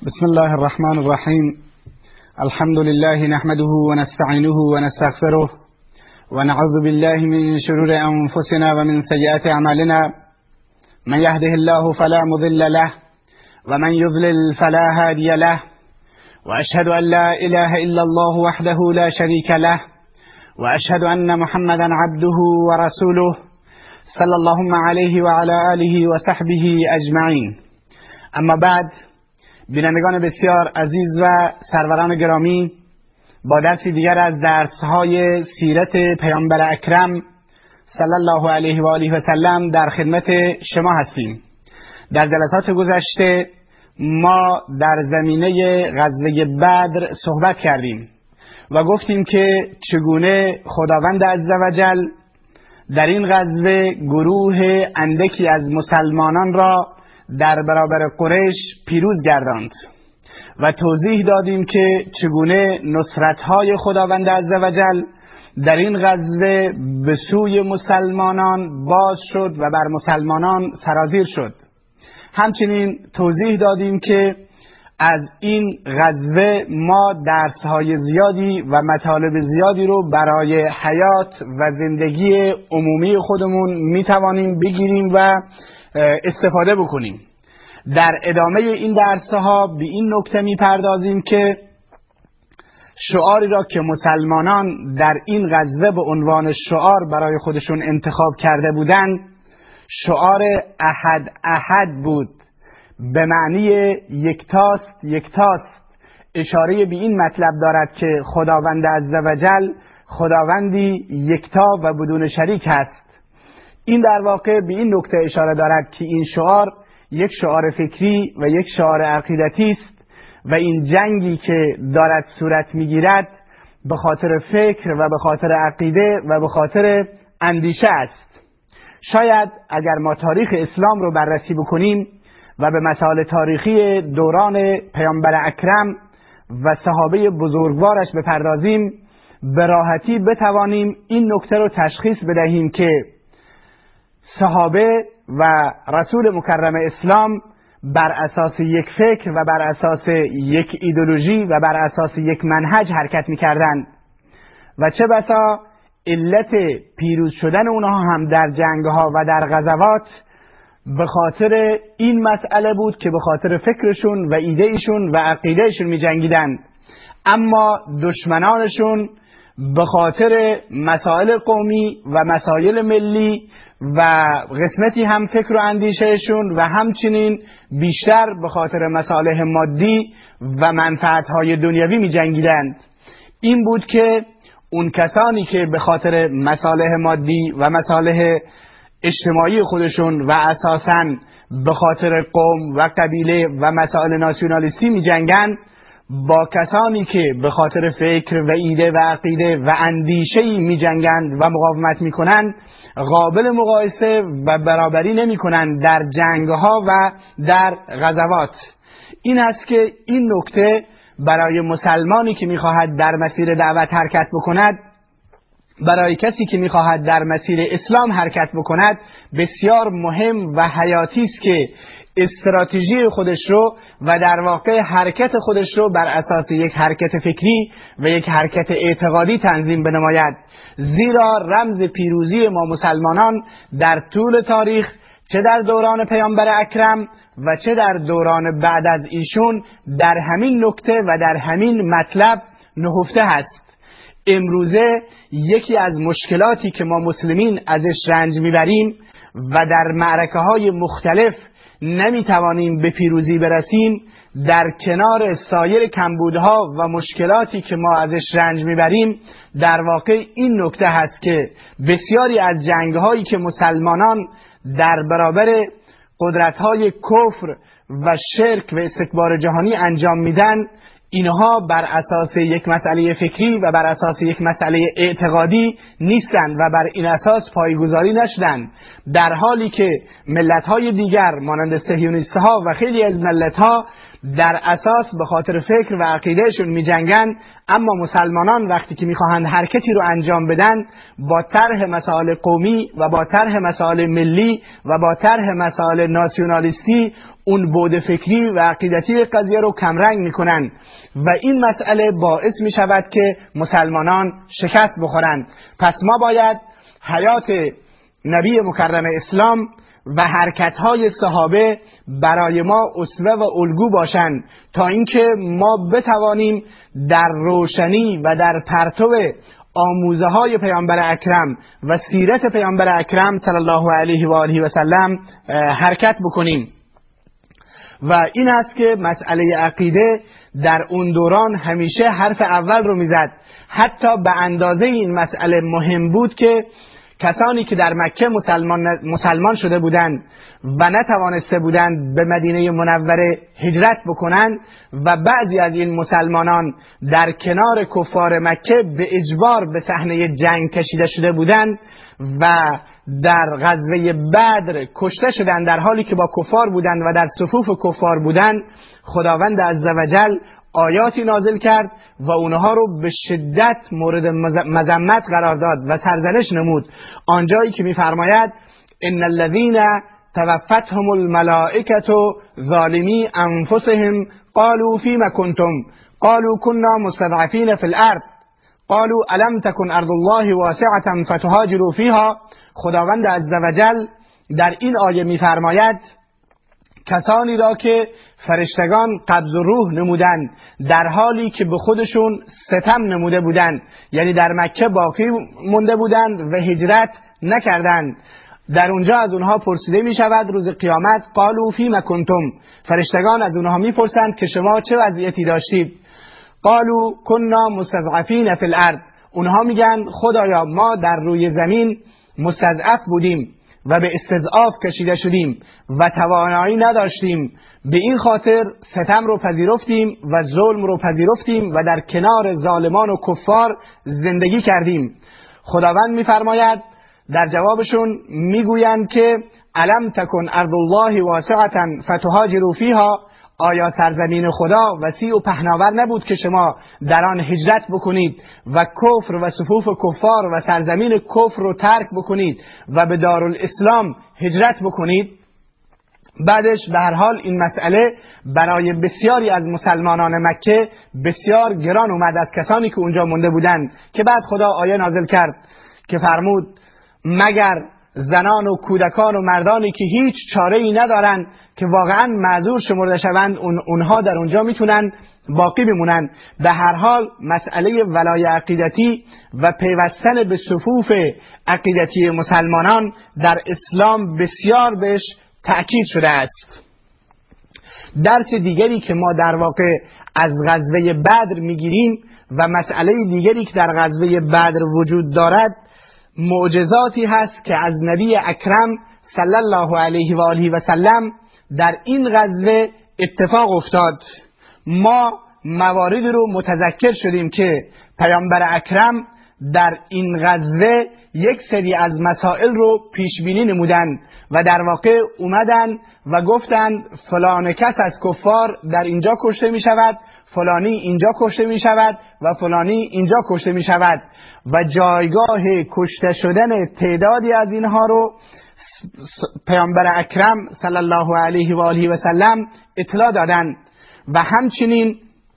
بسم الله الرحمن الرحيم. الحمد لله نحمده ونستعينه ونستغفره ونعوذ بالله من شرور أنفسنا ومن سيئات أعمالنا. من يهده الله فلا مضل له ومن يضلل فلا هادي له، وأشهد أن لا إله إلا الله وحده لا شريك له، وأشهد أن محمدا عبده ورسوله صلى الله عليه وعلى آله وصحبه أجمعين. اما بعد، بینندگان بسیار عزیز و سروران گرامی، با درسی دیگر از درس‌های سیرت پیامبر اکرم صلی الله علیه و آله و سلم در خدمت شما هستیم. در جلسات گذشته ما در زمینه غزوه بدر صحبت کردیم و گفتیم که چگونه خداوند عزوجل در این غزوه گروه اندکی از مسلمانان را در برابر قریش پیروز گرداند و توضیح دادیم که چگونه نصرت‌های خداوند عزوجل در این غزوه به سوی مسلمانان باز شد و بر مسلمانان سرازیر شد. همچنین توضیح دادیم که از این غزوه ما درس‌های زیادی و مطالب زیادی رو برای حیات و زندگی عمومی خودمون میتوانیم بگیریم و استفاده بکنیم. در ادامه این درس‌ها به این نکته میپردازیم که شعاری را که مسلمانان در این غزوه به عنوان شعار برای خودشون انتخاب کرده بودند، شعار احد احد بود، به معنی یکتاست یکتاست. اشاره به این مطلب دارد که خداوند عزوجل خداوندی یکتا و بدون شریک است. این در واقع به این نکته اشاره دارد که این شعار یک شعار فکری و یک شعار عقیدتی است و این جنگی که دارد صورت میگیرد به خاطر فکر و به خاطر عقیده و به خاطر اندیشه است. شاید اگر ما تاریخ اسلام رو بررسی بکنیم و به مسائل تاریخی دوران پیامبر اکرم و صحابه بزرگوارش بپردازیم، به راحتی بتوانیم این نکته رو تشخیص بدهیم که صحابه و رسول مکرم اسلام بر اساس یک فکر و بر اساس یک ایدئولوژی و بر اساس یک منهج حرکت می‌کردند و چه بسا علت پیروز شدن اونها هم در جنگ‌ها و در غزوات به خاطر این مسئله بود که به خاطر فکرشون و ایدهشون و عقیدهشون می‌جنگیدند، اما دشمنانشون به خاطر مسائل قومی و مسائل ملی و قسمتی هم فکر و اندیشهشون و همچنین بیشتر به خاطر مصالح مادی و منفعت‌های دنیوی می جنگیدند. این بود که اون کسانی که به خاطر مصالح مادی و مصالح اجتماعی خودشون و اساساً به خاطر قوم و قبیله و مسائل ناسیونالیستی می جنگند، با کسانی که به خاطر فکر و ایده و عقیده و اندیشه‌ای می‌جنگند و مقاومت می‌کنند، قابل مقایسه و برابری نمی‌کنند در جنگ‌ها و در غزوات. این است که این نکته برای مسلمانی که می‌خواهد در مسیر دعوت حرکت بکند، برای کسی که می‌خواهد در مسیر اسلام حرکت بکند، بسیار مهم و حیاتی است که استراتژی خودش رو و در واقع حرکت خودش رو بر اساس یک حرکت فکری و یک حرکت اعتقادی تنظیم بنماید، زیرا رمز پیروزی ما مسلمانان در طول تاریخ، چه در دوران پیامبر اکرم و چه در دوران بعد از ایشون، در همین نکته و در همین مطلب نهفته هست. امروزه یکی از مشکلاتی که ما مسلمین ازش رنج میبریم و در معرکه‌های مختلف نمیتوانیم به پیروزی برسیم، در کنار سایر کمبودها و مشکلاتی که ما ازش رنج میبریم، در واقع این نکته هست که بسیاری از جنگ‌هایی که مسلمانان در برابر قدرت‌های کفر و شرک و استکبار جهانی انجام میدن، اینها بر اساس یک مسئله فکری و بر اساس یک مسئله اعتقادی نیستند و بر این اساس پایه‌گذاری نشدند، در حالی که ملت‌های دیگر مانند صهیونیست‌ها و خیلی از ملت‌ها در اساس به خاطر فکر و عقیدهشون می‌جنگند، اما مسلمانان وقتی که می‌خواهند حرکتی رو انجام بدن، با طرح مسائل قومی و با طرح مسائل ملی و با طرح مسائل ناسیونالیستی اون بعد فکری و عقیدتی قضیه رو کمرنگ میکنن و این مسئله باعث میشود که مسلمانان شکست بخورند. پس ما باید حیات نبی مکرم اسلام و حرکت‌های صحابه برای ما اسوه و الگو باشند تا اینکه ما بتوانیم در روشنی و در پرتو آموزه های پیامبر اکرم و سیرت پیامبر اکرم صلی الله علیه و آله و سلم حرکت بکنیم. و این است که مسئله عقیده در اون دوران همیشه حرف اول رو میزد. حتی به اندازه این مسئله مهم بود که کسانی که در مکه مسلمان شده بودند و نتوانسته بودند به مدینه منوره هجرت بکنند و بعضی از این مسلمانان در کنار کفار مکه به اجبار به صحنه جنگ کشیده شده بودند و در غزوه بدر کشته شدند در حالی که با کفار بودند و در صفوف کفار بودند، خداوند عزوجل آیاتی نازل کرد و اونها رو به شدت مورد مذمت قرار داد و سرزنش نمود. آنجایی که می‌فرماید ان الذين توفتهم الملائکه ظالمی انفسهم قالوا فيما كنتم قالوا كنا مستضعفين في الارض قالوا الم تكن ارض الله واسعه فتهاجروا فيها. خداوند عزوجل در این آیه می‌فرماید کسانی را که فرشتگان قبض روح نمودند در حالی که به خودشون ستم نموده بودند، یعنی در مکه باقی مونده بودند و هجرت نکردند، در اونجا از اونها پرسیده می شود روز قیامت قالوا فیما کنتم، فرشتگان از اونها می پرسند که شما چه وضعیتی داشتید؟ قالوا کنا مستضعفین فی الارض، اونها میگن خدایا ما در روی زمین مستضعف بودیم و به استضعاف کشیده شدیم و توانایی نداشتیم، به این خاطر ستم رو پذیرفتیم و ظلم رو پذیرفتیم و در کنار ظالمان و کفار زندگی کردیم. خداوند می‌فرماید در جوابشون میگویند که الم تکن ارض الله واسعة فتهاجروا فیها، آیا سرزمین خدا وسیع و پهناور نبود که شما در آن هجرت بکنید و کفر و صفوف کفار و سرزمین کفر رو ترک بکنید و به دارالاسلام هجرت بکنید؟ بعدش به هر حال این مسئله برای بسیاری از مسلمانان مکه بسیار گران اومد از کسانی که اونجا مونده بودند، که بعد خدا آیه نازل کرد که فرمود مگر زنان و کودکان و مردانی که هیچ چاره‌ای ندارن که واقعا معذور شمرده شوند اونها در اونجا میتونن باقی بمونن. به هر حال مسئله ولای عقیدتی و پیوستن به صفوف عقیدتی مسلمانان در اسلام بسیار بهش تأکید شده است. درس دیگری که ما در واقع از غزوه بدر میگیریم و مسئله دیگری که در غزوه بدر وجود دارد معجزاتی هست که از نبی اکرم صلی الله علیه و آله و سلم در این غزوه اتفاق افتاد. ما مواردی رو متذکر شدیم که پیامبر اکرم در این غزوه یک سری از مسائل رو پیش بینی نمودن و در واقع اومدن و گفتن فلان کس از کفار در اینجا کشته می شود، فلانی اینجا کشته می شود و فلانی اینجا کشته می شود و جایگاه کشته شدن تعدادی از اینها رو پیامبر اکرم صلی الله علیه و آله و سلم اطلاع دادن. و همچنین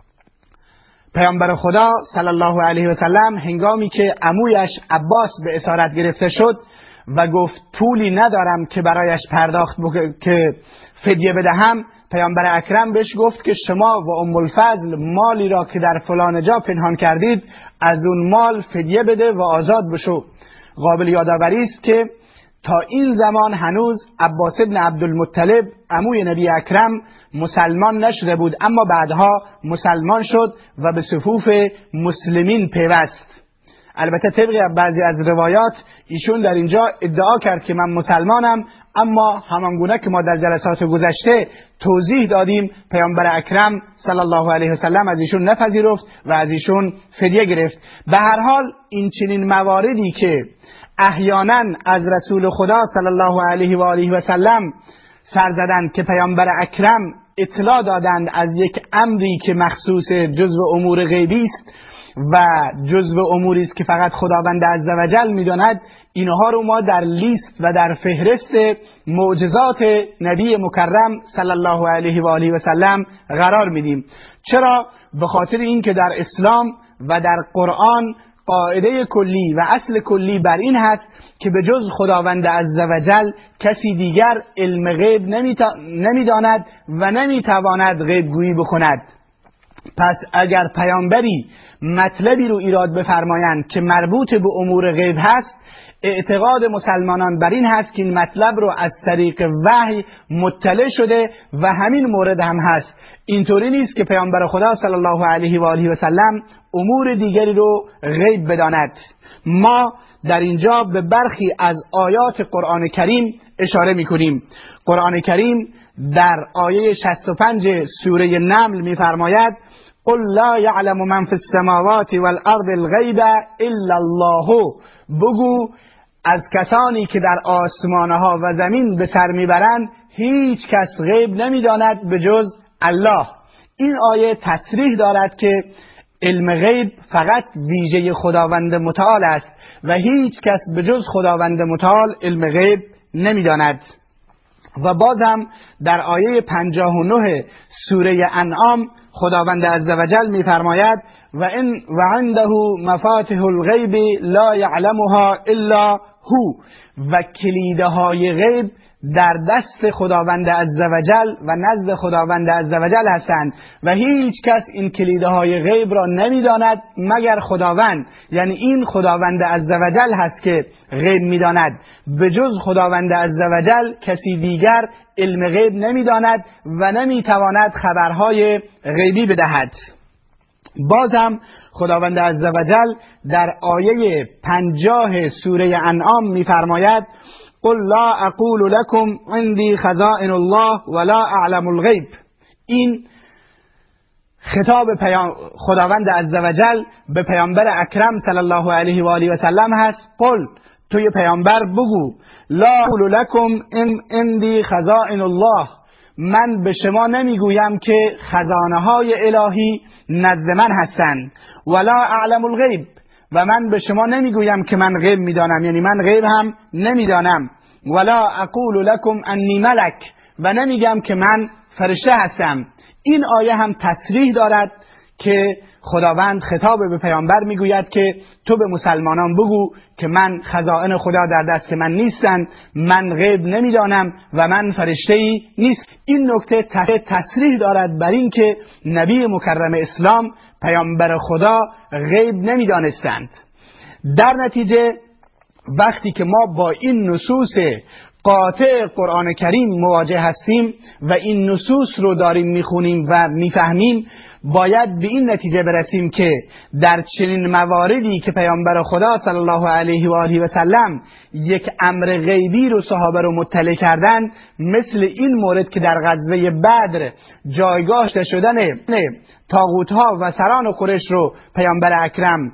پیامبر خدا صلی الله علیه و سلم هنگامی که عمویش عباس به اسارت گرفته شد و گفت پولی ندارم که برایش پرداخت که فدیه بدهم، پیامبر اکرم بهش گفت که شما و ام الفضل مالی را که در فلان جا پنهان کردید از اون مال فدیه بده و آزاد بشو. قابل یادآوری است که تا این زمان هنوز عباس ابن عبدالمطلب عموی نبی اکرم مسلمان نشده بود، اما بعدها مسلمان شد و به صفوف مسلمین پیوست. البته طبق بعضی از روایات ایشون در اینجا ادعا کرد که من مسلمانم، اما همانگونه که ما در جلسات گذشته توضیح دادیم پیامبر اکرم صلی الله علیه و سلم از ایشون نپذیرفت و از ایشون فدیه گرفت. به هر حال این چنین مواردی که احیانا از رسول خدا صلی الله علیه و آله و سلم سر زدند که پیامبر اکرم اطلاع دادند از یک امری که مخصوص جزء امور غیبی است و جزو اموری است که فقط خداوند عزوجل می‌داند، اینها رو ما در لیست و در فهرست معجزات نبی مکرم صلی الله علیه و آله و سلم قرار میدیم. چرا؟ به خاطر اینکه در اسلام و در قرآن قاعده کلی و اصل کلی بر این هست که به جز خداوند عزوجل کسی دیگر علم غیب نمیداند و نمیتواند غیب گویی بکند. پس اگر پیامبری مطلبی رو ایراد بفرمایند که مربوط به امور غیب هست، اعتقاد مسلمانان بر این هست که این مطلب رو از طریق وحی مطلع شده و همین مورد هم هست. اینطوری نیست که پیامبر خدا صلی الله علیه و آله و سلم امور دیگری رو غیب بداند. ما در اینجا به برخی از آیات قرآن کریم اشاره می‌کنیم. قرآن کریم در آیه 65 سوره نمل می‌فرماید: قل لا یعلم من فی السماوات والارض الغیب الا الله. بگو از کسانی که در آسمانها و زمین به سر میبرند هیچ کس غیب نمیداند به جز الله. این آیه تصریح دارد که علم غیب فقط ویژه خداوند متعال است و هیچ کس به جز خداوند متعال علم غیب نمیداند. و بازم در آیه 59 سوره انعام خداوند عزوجل می‌فرماید: و عنده مفاتح الغیب لا یعلمها الا هو. و کلیدهای غیب در دست خداوند عزوجل و نزد خداوند عزوجل هستند و هیچ کس این کلیدهای غیب را نمیداند مگر خداوند. یعنی این خداوند عزوجل هست که غیب میداند. به جز خداوند عزوجل کسی دیگر علم غیب نمیداند و نمیتواند خبرهای غیبی بدهد. بازم خداوند عزوجل در آیه 50 سوره انعام میفرماید: قل لا اقول لكم عندي خزائن الله ولا اعلم الغیب. این خطاب خداوند عزوجل به پیامبر اکرم صلی الله علیه و آله و سلم هست. قل، توی پیامبر بگو، لا اقول لكم عندي خزائن الله، من به شما نمیگویم که خزانه های الهی نزد من هستند. ولا اعلم الغیب، و من به شما نمیگویم که من غیب میدانم، یعنی من غیب هم نمیدانم. ولا اقول لكم انی ملک، و نمیگم که من فرشته هستم. این آیه هم تصریح دارد که خداوند خطاب به پیامبر میگوید که تو به مسلمانان بگو که من خزائن خدا در دست من نیستند، من غیب نمیدانم و من فرشته‌ای نیست. این نکته تصریح دارد بر این که نبی مکرم اسلام پیامبر خدا غیب نمیدانستند. در نتیجه وقتی که ما با این نصوص قاطع قرآن کریم مواجه هستیم و این نصوص رو داریم میخونیم و میفهمیم، باید به این نتیجه برسیم که در چنین مواردی که پیامبر خدا صلی الله علیه و آله و سلم یک امر غیبی رو صحابه رو مطلع کردن، مثل این مورد که در غزوه بدر جایگاه شدن طاغوت‌ها و سران قریش رو پیامبر اکرم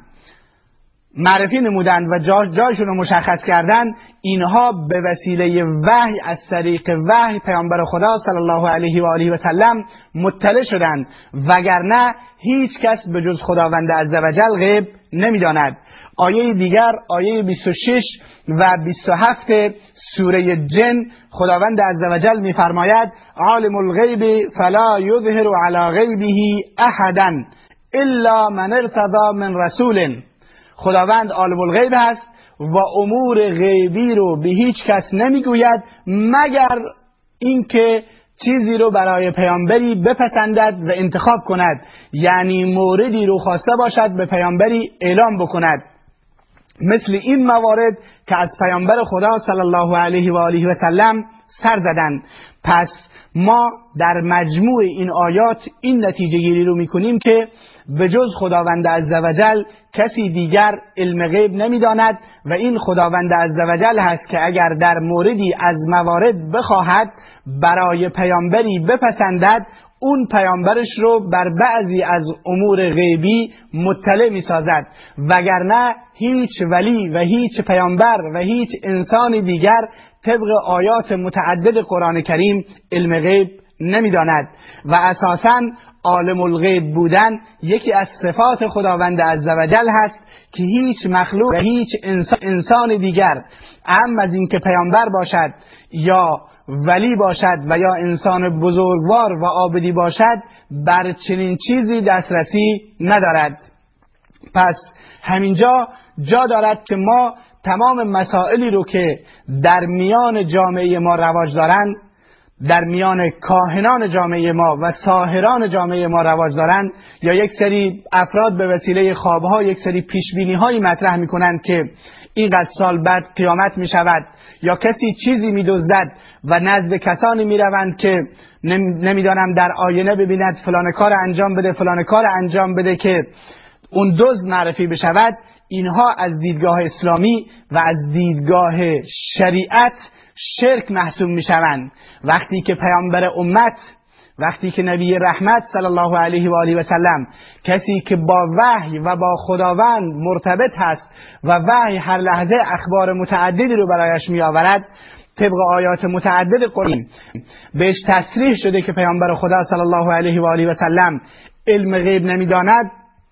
معرفی نمودن و جایشون رو مشخص کردن، اینها به وسیله وحی، از طریق وحی پیامبر خدا صلی الله علیه و آله و سلم مطلع شدند، وگرنه هیچ کس به جز خداوند عزوجل غیب نمیداند. آیه دیگر، آیه 26 و 27 سوره جن، خداوند عزوجل میفرماید: عالم الغیب فلا یظهر علی غیبه احدا الا من ارتضی من رسول. خداوند عالم الغیب هست و امور غیبی رو به هیچ کس نمیگوید مگر اینکه چیزی رو برای پیامبری بپسندد و انتخاب کند، یعنی موردی رو خواسته باشد به پیامبری اعلام بکند. مثل این موارد که از پیامبر خدا صلی الله علیه و آله و سلم سر زدند. پس ما در مجموع این آیات این نتیجه گیری رو میکنیم که به جز خداوند عزوجل کسی دیگر علم غیب نمیداند و این خداوند عزوجل هست که اگر در موردی از موارد بخواهد برای پیامبری بپسندد، اون پیامبرش رو بر بعضی از امور غیبی مطلع میسازد، وگرنه هیچ ولی و هیچ پیامبر و هیچ انسان دیگر طبق آیات متعدد قرآن کریم علم غیب نمیداند و اساساً عالم الغیب بودن یکی از صفات خداوند عزوجل هست که هیچ مخلوق و هیچ انسان دیگر اهم از این که پیامبر باشد یا ولی باشد و یا انسان بزرگوار و عابدی باشد بر چنین چیزی دسترسی ندارد. پس همینجا جا دارد که ما تمام مسائلی رو که در میان جامعه ما رواج دارند، در میان کاهنان جامعه ما و ساحران جامعه ما رواج دارند، یا یک سری افراد به وسیله خوابها یک سری پیشبینی‌هایی مطرح می‌کنند که اینقدر سال بعد قیامت می‌شود، یا کسی چیزی می‌دزدد و نزد کسانی می‌روند که نمی‌دانم در آینه ببیند فلان کار انجام بده فلان کار انجام بده که اون دزد معرفی بشود. اینها از دیدگاه اسلامی و از دیدگاه شریعت شرک محسوب میشوند. وقتی که پیامبر امت، وقتی که نبی رحمت صلی الله علیه و آله و سلم، کسی که با وحی و با خداوند مرتبط هست و وحی هر لحظه اخبار متعددی رو برایش می آورد، طبق آیات متعدد قرآن بهش تصریح شده که پیامبر خدا صلی الله علیه و آله و سلم علم غیب نمیداند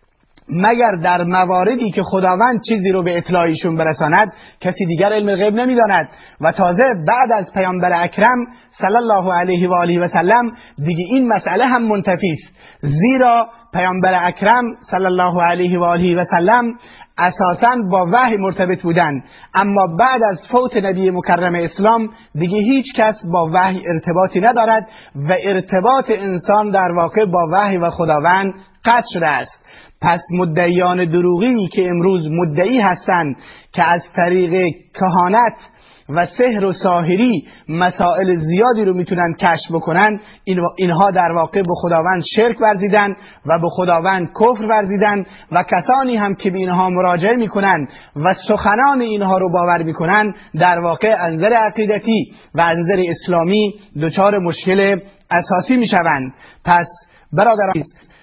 مگر در مواردی که خداوند چیزی رو به اطلاع ایشون برساند. کسی دیگر علم غیب نمیداند و تازه بعد از پیامبر اکرم صلی الله علیه و آله و سلم دیگه این مسئله هم منتفی است، زیرا پیامبر اکرم صلی الله علیه و آله و سلم اساساً با وحی مرتبط بودند، اما بعد از فوت نبی مکرم اسلام دیگه هیچ کس با وحی ارتباطی ندارد و ارتباط انسان در واقع با وحی و خداوند قطع شده است. پس مدعیان دروغی که امروز مدعی هستند که از طریق کهانت و سحر و ساحری مسائل زیادی رو میتونن کشف بکنن، اینها در واقع به خداوند شرک ورزیدن و به خداوند کفر ورزیدن و کسانی هم که به اینها مراجعه میکنن و سخنان اینها رو باور میکنن در واقع از نظر عقیدتی و از نظر اسلامی دچار مشکل اساسی میشوند. پس برادران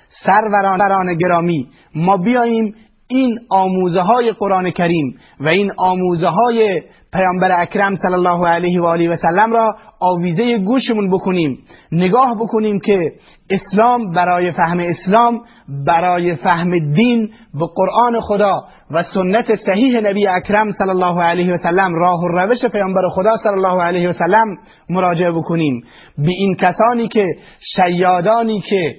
سروران گرامی، ما بیاییم این آموزه های قرآن کریم و این آموزه های پیامبر اکرم صلی الله علیه و آله و سلم را آویزه گوشمون بکنیم، نگاه بکنیم که اسلام، برای فهم دین به قرآن خدا و سنت صحیح نبی اکرم صلی الله علیه و سلم، راه و روش پیامبر خدا صلی الله علیه و سلم مراجعه بکنیم. به این کسانی که شیادانی که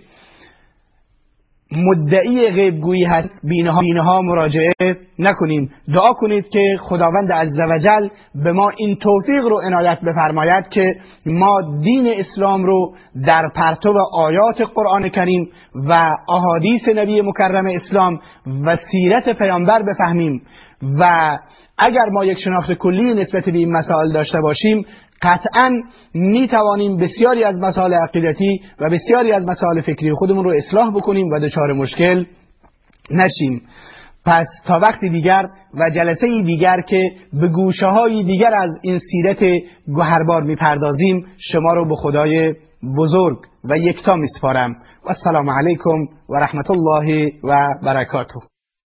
مدعی غیبگویی هست به اینها مراجعه نکنیم. دعا کنید که خداوند عزوجل به ما این توفیق رو عنایت بفرماید که ما دین اسلام رو در پرتو آیات قرآن کریم و احادیث نبی مکرم اسلام و سیرت پیامبر بفهمیم و اگر ما یک شناخت کلی نسبت به این مسائل داشته باشیم قطعاً می توانیم بسیاری از مسائل عقیدتی و بسیاری از مسائل فکری خودمون رو اصلاح بکنیم و دچار مشکل نشیم. پس تا وقتی دیگر و جلسه دیگر که به گوشه های دیگر از این سیرت گوهربار می پردازیم، شما رو به خدای بزرگ و یکتا می سپارم. و السلام علیکم و رحمت الله و برکاته.